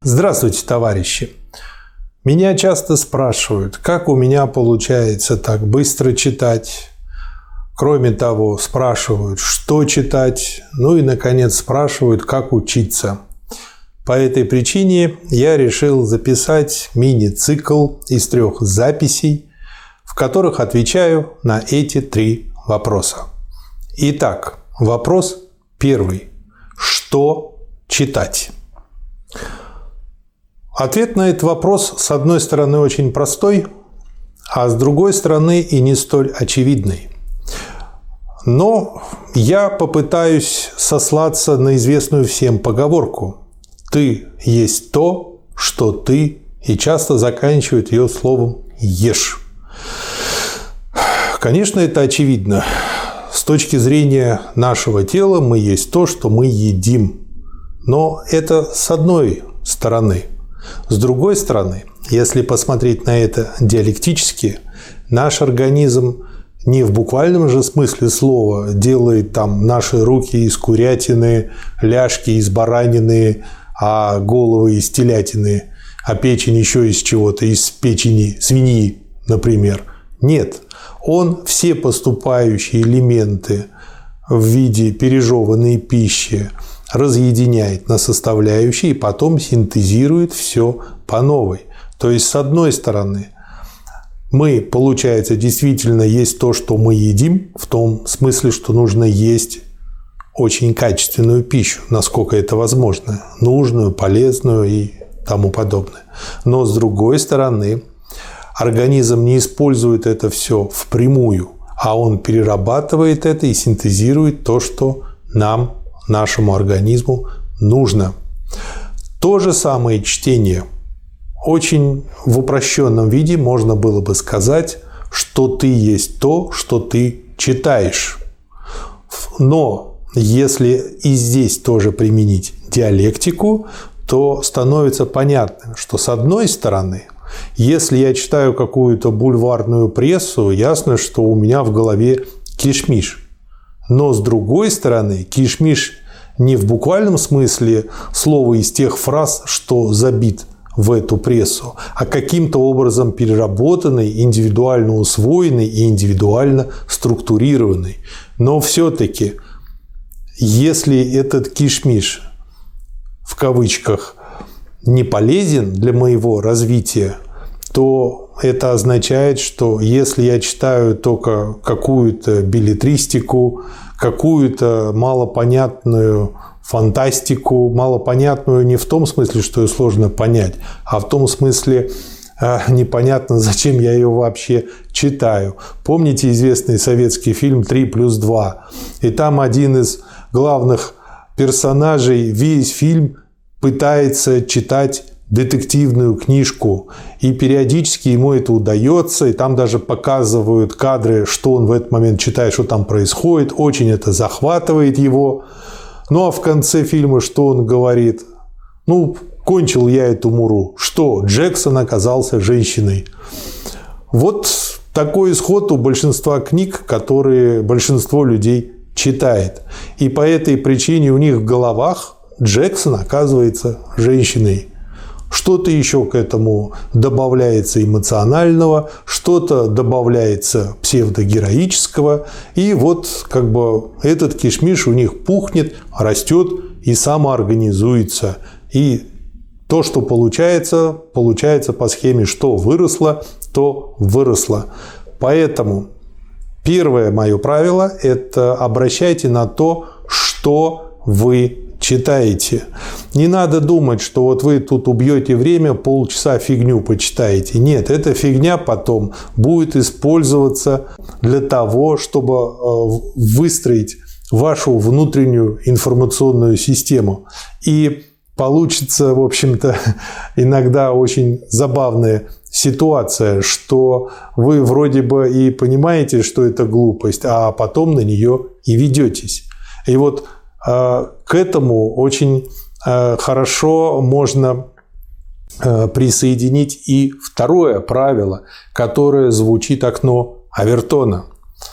Здравствуйте, товарищи! Меня часто спрашивают, как у меня получается так быстро читать. Кроме того, спрашивают, что читать. Ну и, наконец, спрашивают, как учиться. По этой причине я решил записать мини-цикл из 3 записей, в которых отвечаю на эти 3 вопроса. Итак, вопрос первый. Что читать? Ответ на этот вопрос, с одной стороны, очень простой, а с другой стороны и не столь очевидный. Но я попытаюсь сослаться на известную всем поговорку «ты есть то, что ты», и часто заканчивают ее словом «ешь». Конечно, это очевидно. С точки зрения нашего тела мы есть то, что мы едим. Но это с одной стороны. С другой стороны, если посмотреть на это диалектически, наш организм не в буквальном же смысле слова делает там наши руки из курятины, ляжки из баранины, а головы из телятины, а печень еще из чего-то, из печени свиньи, например. Нет, он все поступающие элементы в виде пережеванной пищи разъединяет на составляющие и потом синтезирует все по новой. То есть, с одной стороны, мы, получается, действительно есть то, что мы едим, в том смысле, что нужно есть очень качественную пищу, насколько это возможно, нужную, полезную и тому подобное. Но, с другой стороны, организм не использует это все впрямую, а он перерабатывает это и синтезирует то, что нам, нашему организму, нужно. То же самое чтение. Очень в упрощенном виде можно было бы сказать, что ты есть то, что ты читаешь. Но если и здесь тоже применить диалектику, то становится понятно, что с одной стороны, если я читаю какую-то бульварную прессу, ясно, что у меня в голове кишмиш. Но с другой стороны, кишмиш не в буквальном смысле слова из тех фраз, что забит в эту прессу, а каким-то образом переработанный, индивидуально усвоенный и индивидуально структурированный. Но все-таки, если этот кишмиш, в кавычках, не полезен для моего развития, то это означает, что если я читаю только какую-то беллетристику, какую-то малопонятную фантастику, малопонятную не в том смысле, что ее сложно понять, а в том смысле непонятно, зачем я ее вообще читаю. Помните известный советский фильм «3+2»? И там один из главных персонажей весь фильм пытается читать детективную книжку, и периодически ему это удается, и там даже показывают кадры, что он в этот момент читает, что там происходит, очень это захватывает его. Ну а в конце фильма что он говорит? Ну, кончил я эту муру. Что? Джексон оказался женщиной. Вот такой исход у большинства книг, которые большинство людей читает. И по этой причине у них в головах Джексон оказывается женщиной. Что-то еще к этому добавляется эмоционального, что-то добавляется псевдогероического. И вот как бы этот кишмиш у них пухнет, растет и самоорганизуется. И то, что получается по схеме «что выросло, то выросло». Поэтому первое мое правило – это обращайте на то, что вы читаете. Не надо думать, что вот вы тут убьете время, полчаса фигню почитаете. Нет, эта фигня потом будет использоваться для того, чтобы выстроить вашу внутреннюю информационную систему. И получится, в общем-то, иногда очень забавная ситуация, что вы вроде бы и понимаете, что это глупость, а потом на нее и ведетесь. И вот к этому очень хорошо можно присоединить и второе правило, которое звучит окно Авертона.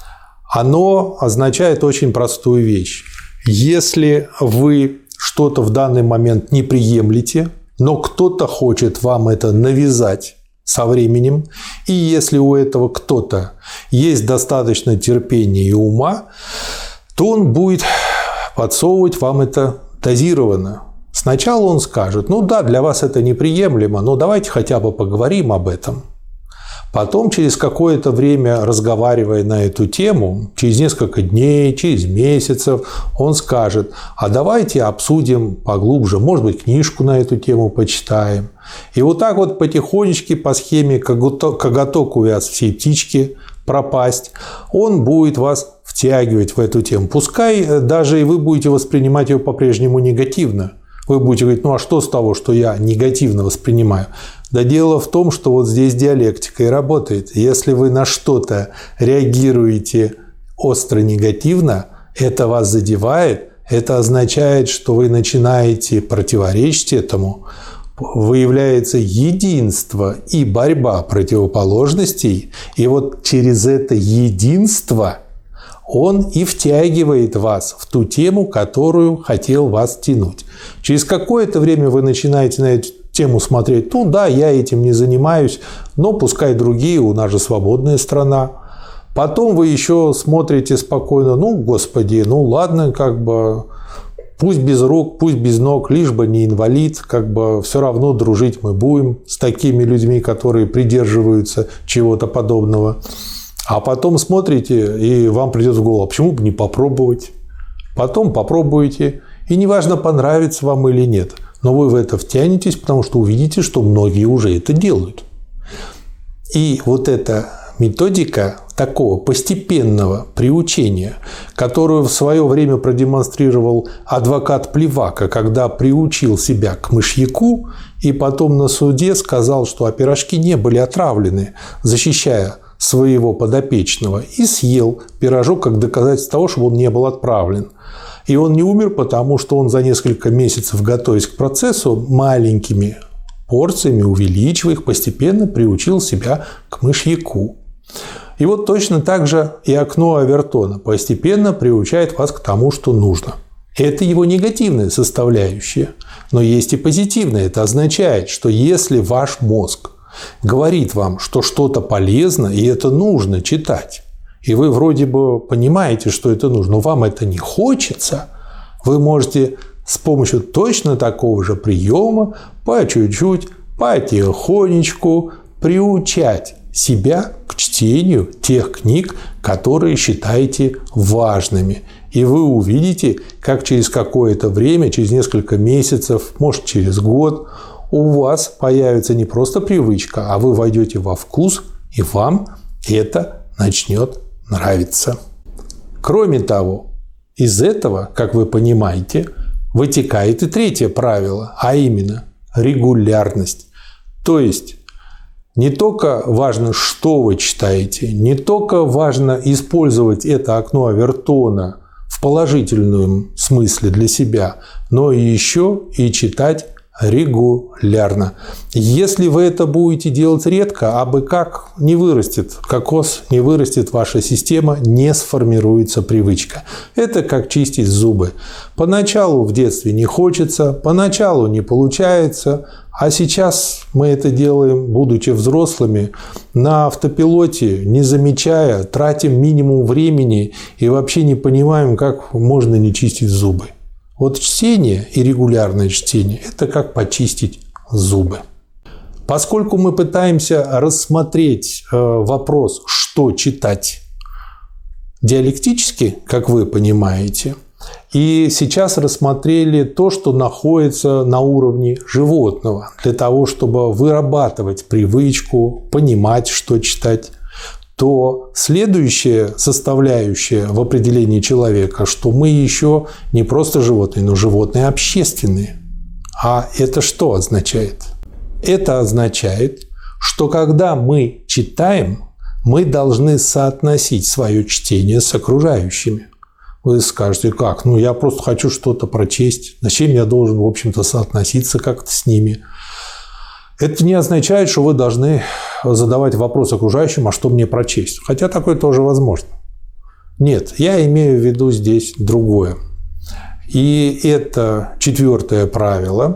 Оно означает очень простую вещь. Если вы что-то в данный момент не приемлете, но кто-то хочет вам это навязать со временем. И если у этого кто-то есть достаточно терпения и ума, то он будет подсовывать вам это дозированно. Сначала он скажет: ну да, для вас это неприемлемо, но давайте хотя бы поговорим об этом. Потом, через какое-то время, разговаривая на эту тему, через несколько дней, через месяцев, он скажет: а давайте обсудим поглубже, может быть, книжку на эту тему почитаем. И вот так вот потихонечку по схеме «коготок увяз, все птички пропасть», он будет вас втягивать в эту тему. Пускай даже и вы будете воспринимать ее по-прежнему негативно. Вы будете говорить: ну а что с того, что я негативно воспринимаю? Да дело в том, что вот здесь диалектика и работает. Если вы на что-то реагируете остро негативно, это вас задевает, это означает, что вы начинаете противоречить этому, выявляется единство и борьба противоположностей, и вот через это единство он и втягивает вас в ту тему, которую хотел вас тянуть. Через какое-то время вы начинаете на эту тему смотреть: ну да, я этим не занимаюсь, но пускай другие, у нас же свободная страна. Потом вы еще смотрите спокойно: ну, господи, ну ладно, как бы пусть без рук, пусть без ног, лишь бы не инвалид, как бы все равно дружить мы будем с такими людьми, которые придерживаются чего-то подобного. А потом смотрите, и вам придет в голову: почему бы не попробовать? Потом попробуете, и неважно, понравится вам или нет, но вы в это втянетесь, потому что увидите, что многие уже это делают. И вот эта методика такого постепенного приучения, которую в свое время продемонстрировал адвокат Плевака, когда приучил себя к мышьяку и потом на суде сказал, что пирожки не были отравлены, защищая своего подопечного, и съел пирожок как доказательство того, что он не был отравлен. И он не умер, потому что он за несколько месяцев, готовясь к процессу, маленькими порциями, увеличивая их, постепенно приучил себя к мышьяку. И вот точно так же и окно Овертона постепенно приучает вас к тому, что нужно. Это его негативная составляющая, но есть и позитивная. Это означает, что если ваш мозг говорит вам, что что-то полезно и это нужно читать, и вы вроде бы понимаете, что это нужно, но вам это не хочется, вы можете с помощью точно такого же приема по чуть-чуть, потихонечку приучать себя к чтению тех книг, которые считаете важными. И вы увидите, как через какое-то время, через несколько месяцев, может, через год, у вас появится не просто привычка, а вы войдете во вкус, и вам это начнет нравиться. Кроме того, из этого, как вы понимаете, вытекает и третье правило, а именно регулярность. То есть не только важно, что вы читаете, не только важно использовать это окно Овертона в положительном смысле для себя, но и еще и читать регулярно. Если вы это будете делать редко, абы как не вырастет кокос, не вырастет ваша система, не сформируется привычка. Это как чистить зубы. Поначалу в детстве не хочется, поначалу не получается, а сейчас мы это делаем, будучи взрослыми, на автопилоте, не замечая, тратим минимум времени и вообще не понимаем, как можно не чистить зубы. Вот чтение и регулярное чтение – это как почистить зубы. Поскольку мы пытаемся рассмотреть вопрос, что читать диалектически, как вы понимаете, и сейчас рассмотрели то, что находится на уровне животного, для того, чтобы вырабатывать привычку, понимать, что читать, то следующая составляющая в определении человека, что мы еще не просто животные, но животные общественные. А это что означает? Это означает, что когда мы читаем, мы должны соотносить свое чтение с окружающими. Вы скажете: как? Ну, я просто хочу что-то прочесть. Зачем я должен, в общем-то, соотноситься как-то с ними? Это не означает, что вы должны задавать вопрос окружающим: а что мне прочесть? Хотя такое тоже возможно. Нет, я имею в виду здесь другое. И это четвертое правило,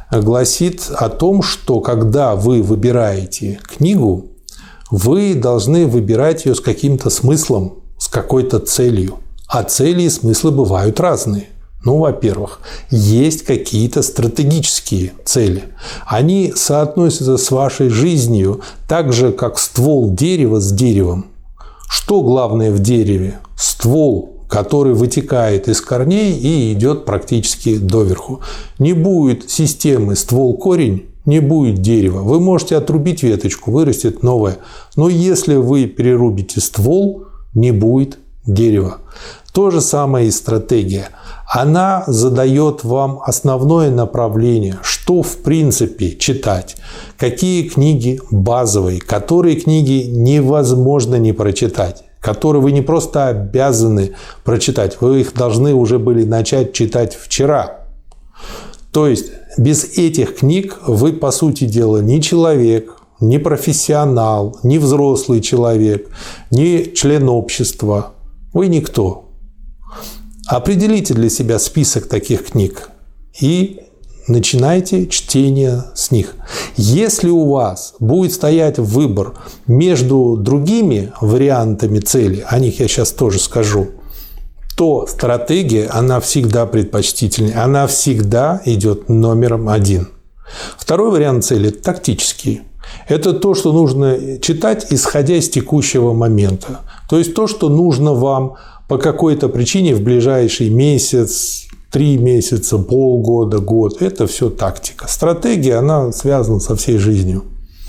гласит о том, что когда вы выбираете книгу, вы должны выбирать ее с каким-то смыслом, с какой-то целью. А цели и смыслы бывают разные. Ну, во-первых, есть какие-то стратегические цели. Они соотносятся с вашей жизнью так же, как ствол дерева с деревом. Что главное в дереве? Ствол, который вытекает из корней и идет практически доверху. Не будет системы ствол-корень, не будет дерева. Вы можете отрубить веточку, вырастет новое. Но если вы перерубите ствол, не будет дерева. То же самое и стратегия. Она задает вам основное направление, что в принципе читать, какие книги базовые, которые книги невозможно не прочитать, которые вы не просто обязаны прочитать, вы их должны уже были начать читать вчера. То есть без этих книг вы, по сути дела, не человек, не профессионал, не взрослый человек, не член общества. Вы никто. Определите для себя список таких книг и начинайте чтение с них. Если у вас будет стоять выбор между другими вариантами цели, о них я сейчас тоже скажу, то стратегия, она всегда предпочтительнее, она всегда идет номером один. Второй вариант цели – тактический. Это то, что нужно читать, исходя из текущего момента. То есть то, что нужно вам по какой-то причине в ближайший месяц, 3 месяца, полгода, год. Это все тактика. Стратегия, она связана со всей жизнью.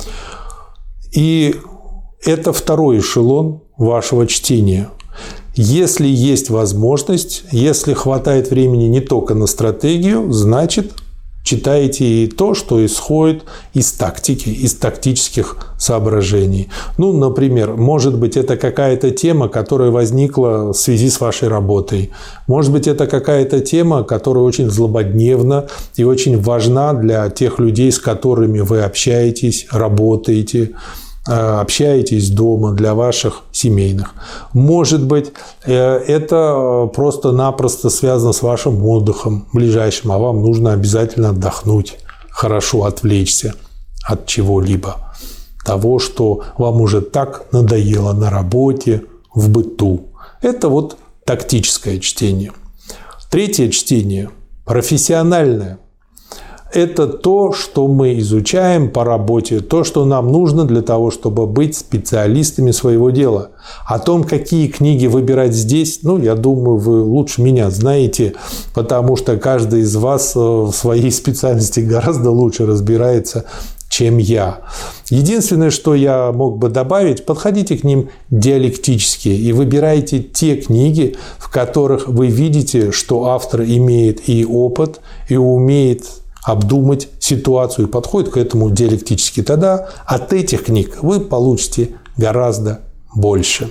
И это второй эшелон вашего чтения. Если есть возможность, если хватает времени не только на стратегию, значит, читаете и то, что исходит из тактики, из тактических соображений. Ну, например, может быть, это какая-то тема, которая возникла в связи с вашей работой. Может быть, это какая-то тема, которая очень злободневна и очень важна для тех людей, с которыми вы общаетесь, работаете, общаетесь дома, для ваших семейных. Может быть, это просто-напросто связано с вашим отдыхом ближайшим, а вам нужно обязательно отдохнуть, хорошо отвлечься от чего-либо. Того, что вам уже так надоело на работе, в быту. Это вот тактическое чтение. Третье чтение – профессиональное. Это то, что мы изучаем по работе, то, что нам нужно для того, чтобы быть специалистами своего дела. О том, какие книги выбирать здесь, я думаю, вы лучше меня знаете, потому что каждый из вас в своей специальности гораздо лучше разбирается, чем я. Единственное, что я мог бы добавить, подходите к ним диалектически и выбирайте те книги, в которых вы видите, что автор имеет и опыт, и умеет обдумать ситуацию и подходит к этому диалектически. Тогда от этих книг вы получите гораздо больше.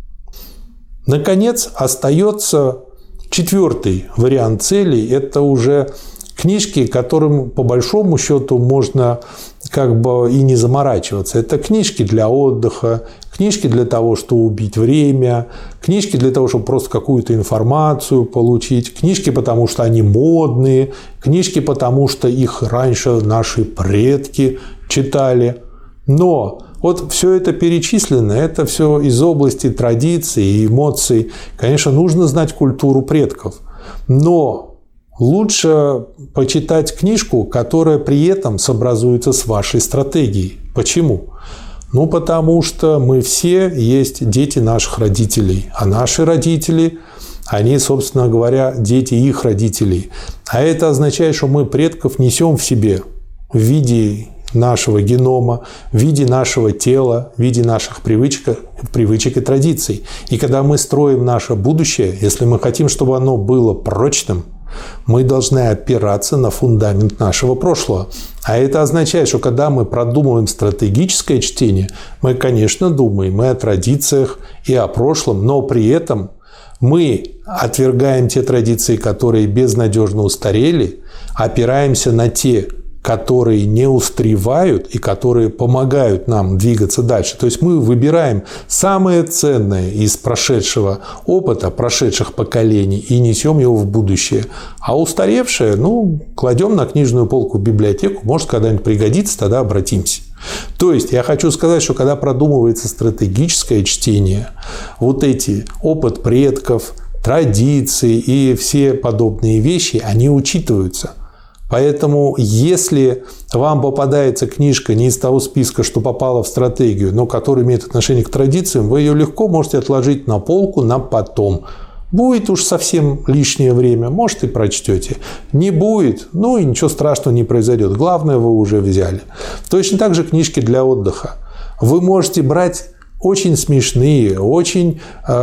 Наконец, остается четвертый вариант целей. Это уже книжки, которым по большому счету можно и не заморачиваться. Это книжки для отдыха, книжки для того, чтобы убить время, книжки для того, чтобы просто какую-то информацию получить, книжки, потому что они модные, книжки, потому что их раньше наши предки читали. Но вот все это перечислено, это все из области традиций и эмоций. Конечно, нужно знать культуру предков, но лучше почитать книжку, которая при этом сообразуется с вашей стратегией. Почему? Потому что мы все есть дети наших родителей, а наши родители, они, собственно говоря, дети их родителей. А это означает, что мы предков несем в себе в виде нашего генома, в виде нашего тела, в виде наших привычек и традиций. И когда мы строим наше будущее, если мы хотим, чтобы оно было прочным, мы должны опираться на фундамент нашего прошлого. А это означает, что когда мы продумываем стратегическое чтение, мы, конечно, думаем и о традициях, и о прошлом, но при этом мы отвергаем те традиции, которые безнадежно устарели, опираемся на те которые не устревают и которые помогают нам двигаться дальше. То есть мы выбираем самое ценное из прошедшего опыта, прошедших поколений и несем его в будущее. А устаревшее, кладем на книжную полку в библиотеку, может, когда-нибудь пригодится, тогда обратимся. То есть я хочу сказать, что когда продумывается стратегическое чтение, вот эти опыт предков, традиции и все подобные вещи, они учитываются. Поэтому, если вам попадается книжка не из того списка, что попала в стратегию, но которая имеет отношение к традициям, вы ее легко можете отложить на полку на потом. Будет уж совсем лишнее время, может, и прочтете. Не будет, и ничего страшного не произойдет. Главное, вы уже взяли. Точно так же книжки для отдыха. Вы можете брать очень смешные, очень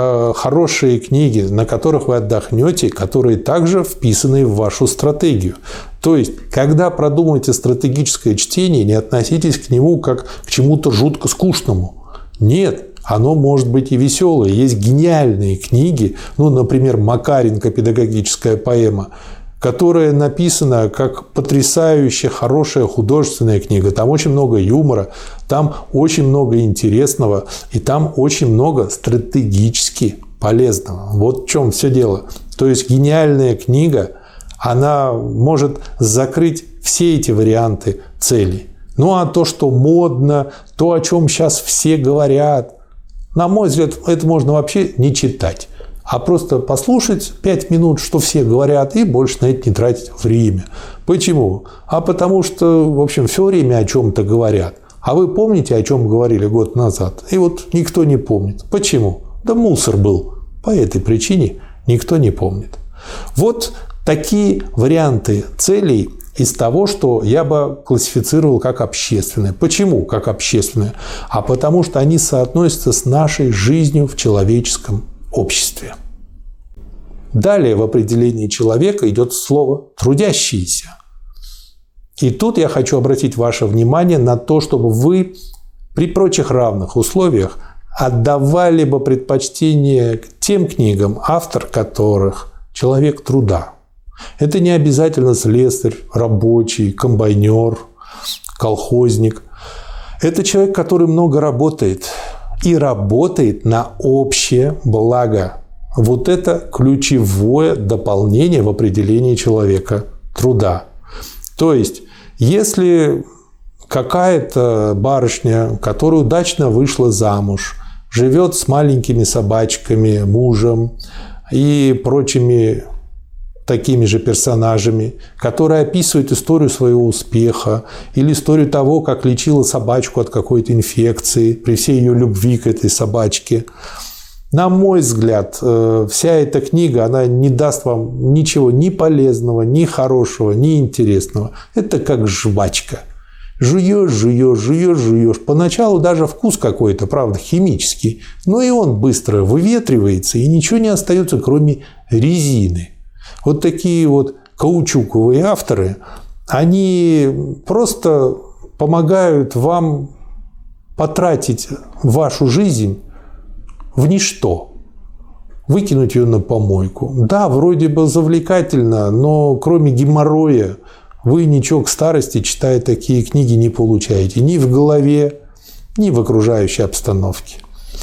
хорошие книги, на которых вы отдохнете, которые также вписаны в вашу стратегию. То есть, когда продумываете стратегическое чтение, не относитесь к нему как к чему-то жутко скучному. Нет, оно может быть и веселое. Есть гениальные книги, например, «Макаренко. Педагогическая поэма», которая написана как потрясающе хорошая художественная книга. Там очень много юмора, там очень много интересного, и там очень много стратегически полезного. Вот в чем все дело. То есть гениальная книга, она может закрыть все эти варианты целей. А то, что модно, то, о чем сейчас все говорят, на мой взгляд, это можно вообще не читать. А просто послушать 5 минут, что все говорят, и больше на это не тратить время. Почему? А потому что, в общем, все время о чем-то говорят. А вы помните, о чем говорили год назад? И вот никто не помнит. Почему? Да мусор был. По этой причине никто не помнит. Вот такие варианты целей из того, что я бы классифицировал как общественное. Почему как общественное? А потому что они соотносятся с нашей жизнью в человеческом обществе. Далее в определении человека идет слово «трудящийся». И тут я хочу обратить ваше внимание на то, чтобы вы при прочих равных условиях отдавали бы предпочтение тем книгам, автор которых человек труда. Это не обязательно слесарь, рабочий, комбайнер, колхозник. Это человек, который много работает. И работает на общее благо. Вот это ключевое дополнение в определении человека труда. То есть, если какая-то барышня, которая удачно вышла замуж, живет с маленькими собачками, мужем и прочими такими же персонажами, которые описывают историю своего успеха или историю того, как лечила собачку от какой-то инфекции при всей ее любви к этой собачке. На мой взгляд, вся эта книга, она не даст вам ничего ни полезного, ни хорошего, ни интересного. Это как жвачка. Жуешь, жуешь, жуешь, жуешь. Поначалу даже вкус какой-то, правда, химический, но и он быстро выветривается, и ничего не остается, кроме резины. Вот такие вот каучуковые авторы, они просто помогают вам потратить вашу жизнь в ничто, выкинуть ее на помойку. Да, вроде бы завлекательно, но кроме геморроя вы ничего к старости, читая такие книги, не получаете ни в голове, ни в окружающей обстановке.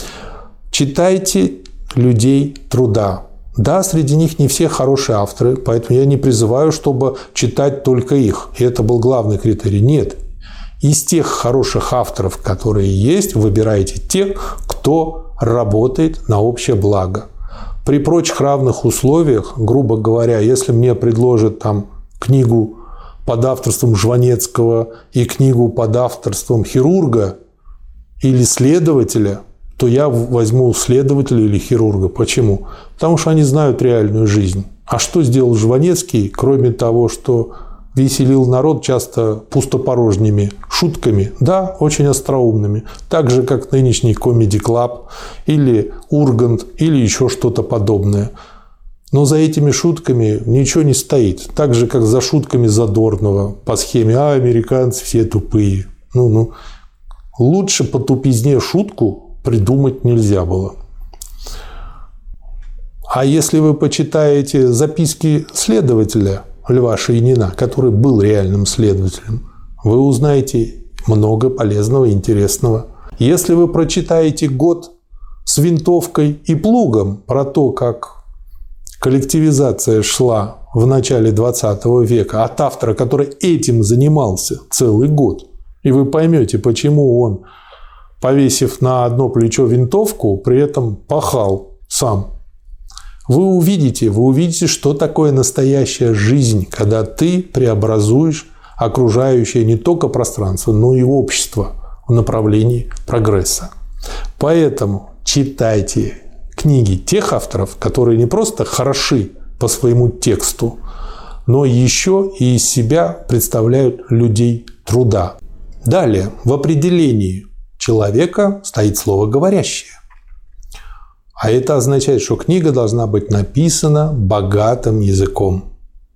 Читайте людей труда. Да, среди них не все хорошие авторы, поэтому я не призываю, чтобы читать только их. И это был главный критерий. Нет. Из тех хороших авторов, которые есть, выбирайте тех, кто работает на общее благо. При прочих равных условиях, грубо говоря, если мне предложат книгу под авторством Жванецкого и книгу под авторством хирурга или следователя, то я возьму следователя или хирурга. Почему? Потому что они знают реальную жизнь. А что сделал Жванецкий, кроме того, что веселил народ часто пустопорожними шутками, да, очень остроумными, так же, как нынешний Comedy Club или Ургант или еще что-то подобное. Но за этими шутками ничего не стоит. Так же, как за шутками Задорнова по схеме «А, американцы все тупые». Лучше по тупизне шутку придумать нельзя было. А если вы почитаете записки следователя, Льва Шейнина, который был реальным следователем, вы узнаете много полезного и интересного. Если вы прочитаете «Год с винтовкой и плугом» про то, как коллективизация шла в начале 20 века от автора, который этим занимался целый год, и вы поймете, почему он, повесив на одно плечо винтовку, при этом пахал сам. Вы увидите, что такое настоящая жизнь, когда ты преобразуешь окружающее не только пространство, но и общество в направлении прогресса. Поэтому читайте книги тех авторов, которые не просто хороши по своему тексту, но еще и из себя представляют людей труда. Далее, в определении человека стоит слово «говорящее». А это означает, что книга должна быть написана богатым языком.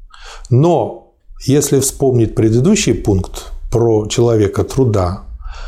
Но если вспомнить предыдущий пункт про человека труда,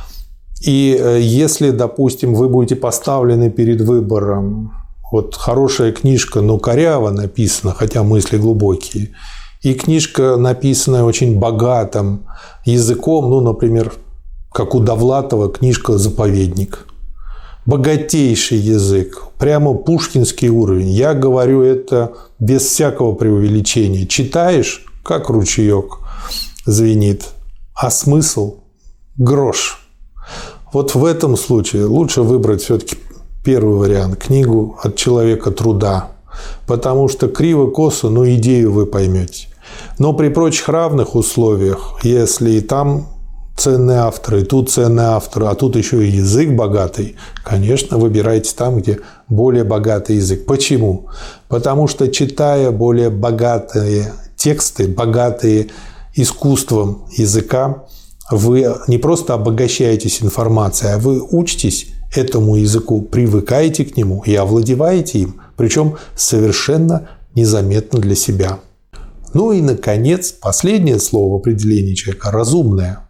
и если, допустим, вы будете поставлены перед выбором, вот хорошая книжка, но коряво написана, хотя мысли глубокие, и книжка, написанная очень богатым языком, ну, например, как у Довлатова книжка «Заповедник». Богатейший язык, прямо пушкинский уровень. Я говорю это без всякого преувеличения. Читаешь, как ручеек звенит, а смысл – грош. Вот в этом случае лучше выбрать все-таки первый вариант – книгу от человека труда, потому что криво-косо, но идею вы поймете. Но при прочих равных условиях, если и там ценные авторы, и тут ценные авторы, а тут еще и язык богатый, конечно, выбирайте там, где более богатый язык. Почему? Потому что, читая более богатые тексты, богатые искусством языка, вы не просто обогащаетесь информацией, а вы учитесь этому языку, привыкаете к нему и овладеваете им, причем совершенно незаметно для себя. Ну и, наконец, последнее слово в определении человека – разумное.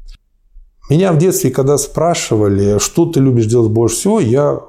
Меня в детстве, когда спрашивали, что ты любишь делать больше всего, я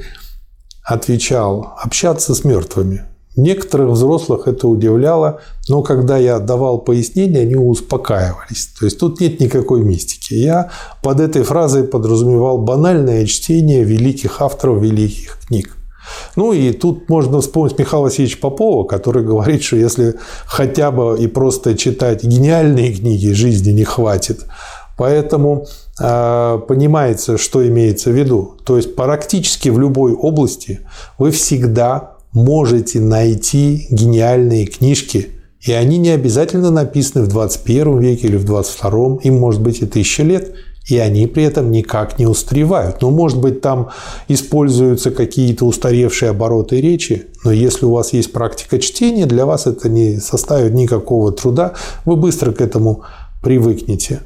отвечал – общаться с мертвыми. Некоторых взрослых это удивляло, но когда я давал пояснения, они успокаивались. То есть тут нет никакой мистики. Я под этой фразой подразумевал банальное чтение великих авторов великих книг. Ну и тут можно вспомнить Михаила Васильевича Попова, который говорит, что если хотя бы и просто читать гениальные книги, жизни не хватит. Поэтому понимается, что имеется в виду. То есть практически в любой области вы всегда можете найти гениальные книжки, и они не обязательно написаны в 21 веке или в 22, им может быть и 1000 лет, и они при этом никак не устаревают. Ну, может быть, там используются какие-то устаревшие обороты речи, но если у вас есть практика чтения, для вас это не составит никакого труда, вы быстро к этому привыкнете.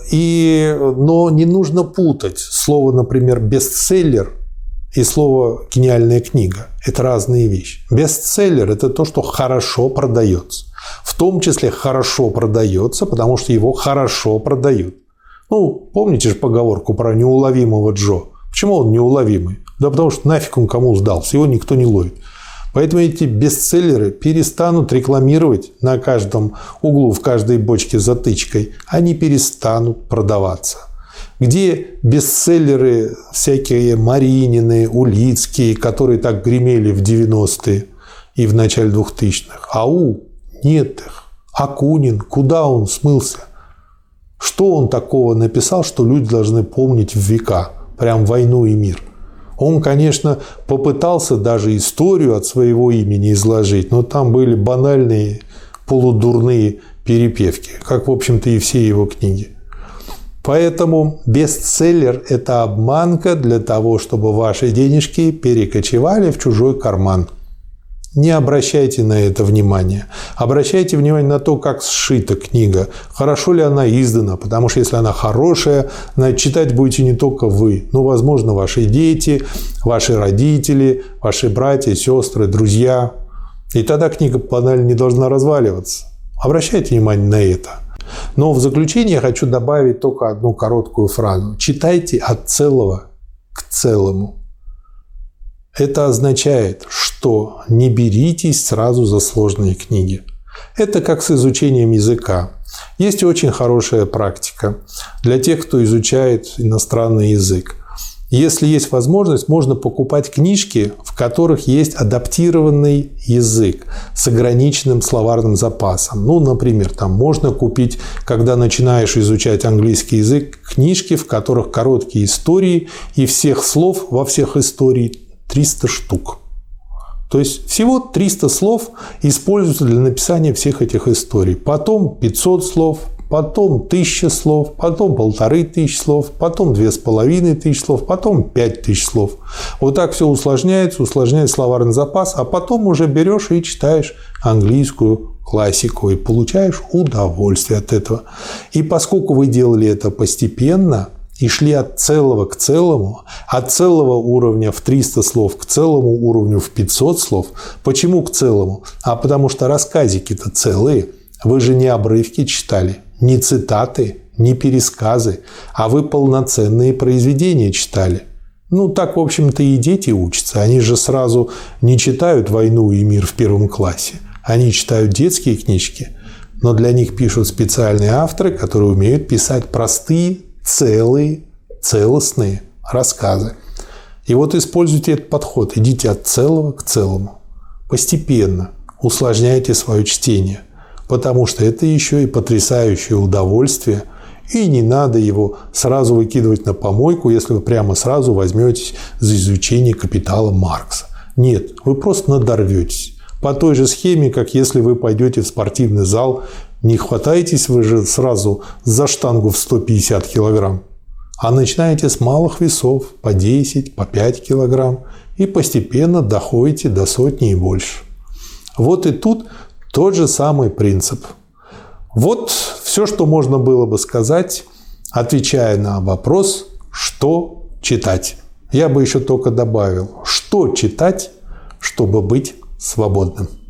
Но не нужно путать слово, например, «бестселлер» и слово «гениальная книга». Это разные вещи. Бестселлер – это то, что хорошо продается. В том числе хорошо продается, потому что его хорошо продают. Ну, помните же поговорку про неуловимого Джо? Почему он неуловимый? Да потому что нафиг он кому сдался, его никто не ловит. Поэтому эти бестселлеры перестанут рекламировать на каждом углу, в каждой бочке с затычкой. Они перестанут продаваться. Где бестселлеры всякие Маринины, Улицкие, которые так гремели в 90-е и в начале 2000-х? Нет их. Акунин, куда он смылся? Что он такого написал, что люди должны помнить в века? Прям «Войну и мир». Он, конечно, попытался даже историю от своего имени изложить, но там были банальные, полудурные перепевки, как, в общем-то, и все его книги. Поэтому бестселлер – это обманка для того, чтобы ваши денежки перекочевали в чужой карман. Не обращайте на это внимания. Обращайте внимание на то, как сшита книга, хорошо ли она издана, потому что если она хорошая, значит, читать будете не только вы, но, возможно, ваши дети, ваши родители, ваши братья, сестры, друзья. И тогда книга банально не должна разваливаться. Обращайте внимание на это. Но в заключение я хочу добавить только одну короткую фразу. Читайте от целого к целому. Это означает, что не беритесь сразу за сложные книги. Это как с изучением языка. Есть очень хорошая практика для тех, кто изучает иностранный язык. Если есть возможность, можно покупать книжки, в которых есть адаптированный язык с ограниченным словарным запасом. Ну, например, там можно купить, когда начинаешь изучать английский язык, книжки, в которых короткие истории, и всех слов во всех историях 300 штук. То есть всего 300 слов используются для написания всех этих историй. Потом 500 слов, потом 1000 слов, потом 1500 слов, потом 2500 слов, потом 5000 слов. Вот так все усложняется словарный запас, а потом уже берешь и читаешь английскую классику и получаешь удовольствие от этого. И поскольку вы делали это постепенно и шли от целого к целому, от целого уровня в 300 слов к целому уровню в 500 слов. Почему к целому? А потому что рассказики-то целые. Вы же не обрывки читали, не цитаты, не пересказы, а вы полноценные произведения читали. Ну, так, в общем-то, и дети учатся. Они же сразу не читают «Войну и мир» в 1 классе. Они читают детские книжки, но для них пишут специальные авторы, которые умеют писать простые, целые, целостные рассказы. И вот используйте этот подход. Идите от целого к целому. Постепенно усложняйте свое чтение. Потому что это еще и потрясающее удовольствие. И не надо его сразу выкидывать на помойку, если вы прямо сразу возьметесь за изучение «Капитала» Маркса. Нет, вы просто надорветесь. По той же схеме, как если вы пойдете в спортивный зал, не хватаетесь вы же сразу за штангу в 150 килограмм, а начинаете с малых весов по 10, по 5 килограмм и постепенно доходите до сотни и больше. Вот и тут тот же самый принцип. Вот все, что можно было бы сказать, отвечая на вопрос, что читать. Я бы еще только добавил, что читать, чтобы быть свободным.